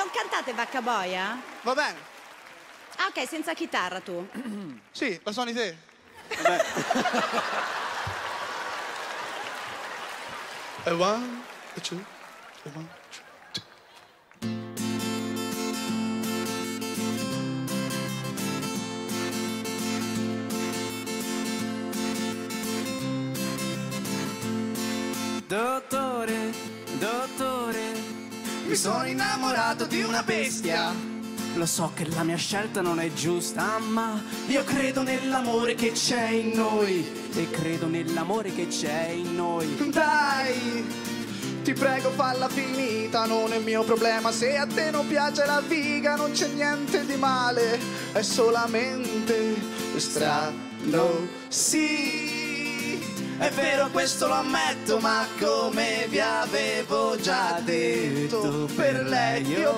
cantate Vacca Boia? Va bene. Ah, ok, senza chitarra tu. Sì, la suoni te. Vabbè. E one, e two, e one, two. Dottore, dottore, mi sono innamorato di una bestia. Lo so che la mia scelta non è giusta, ma io credo nell'amore che c'è in noi. E credo nell'amore che c'è in noi. Dai, ti prego falla finita, non è mio problema. Se a te non piace la figa non c'è niente di male, è solamente strano, sì. È vero, questo lo ammetto, ma come vi avevo già detto, per lei io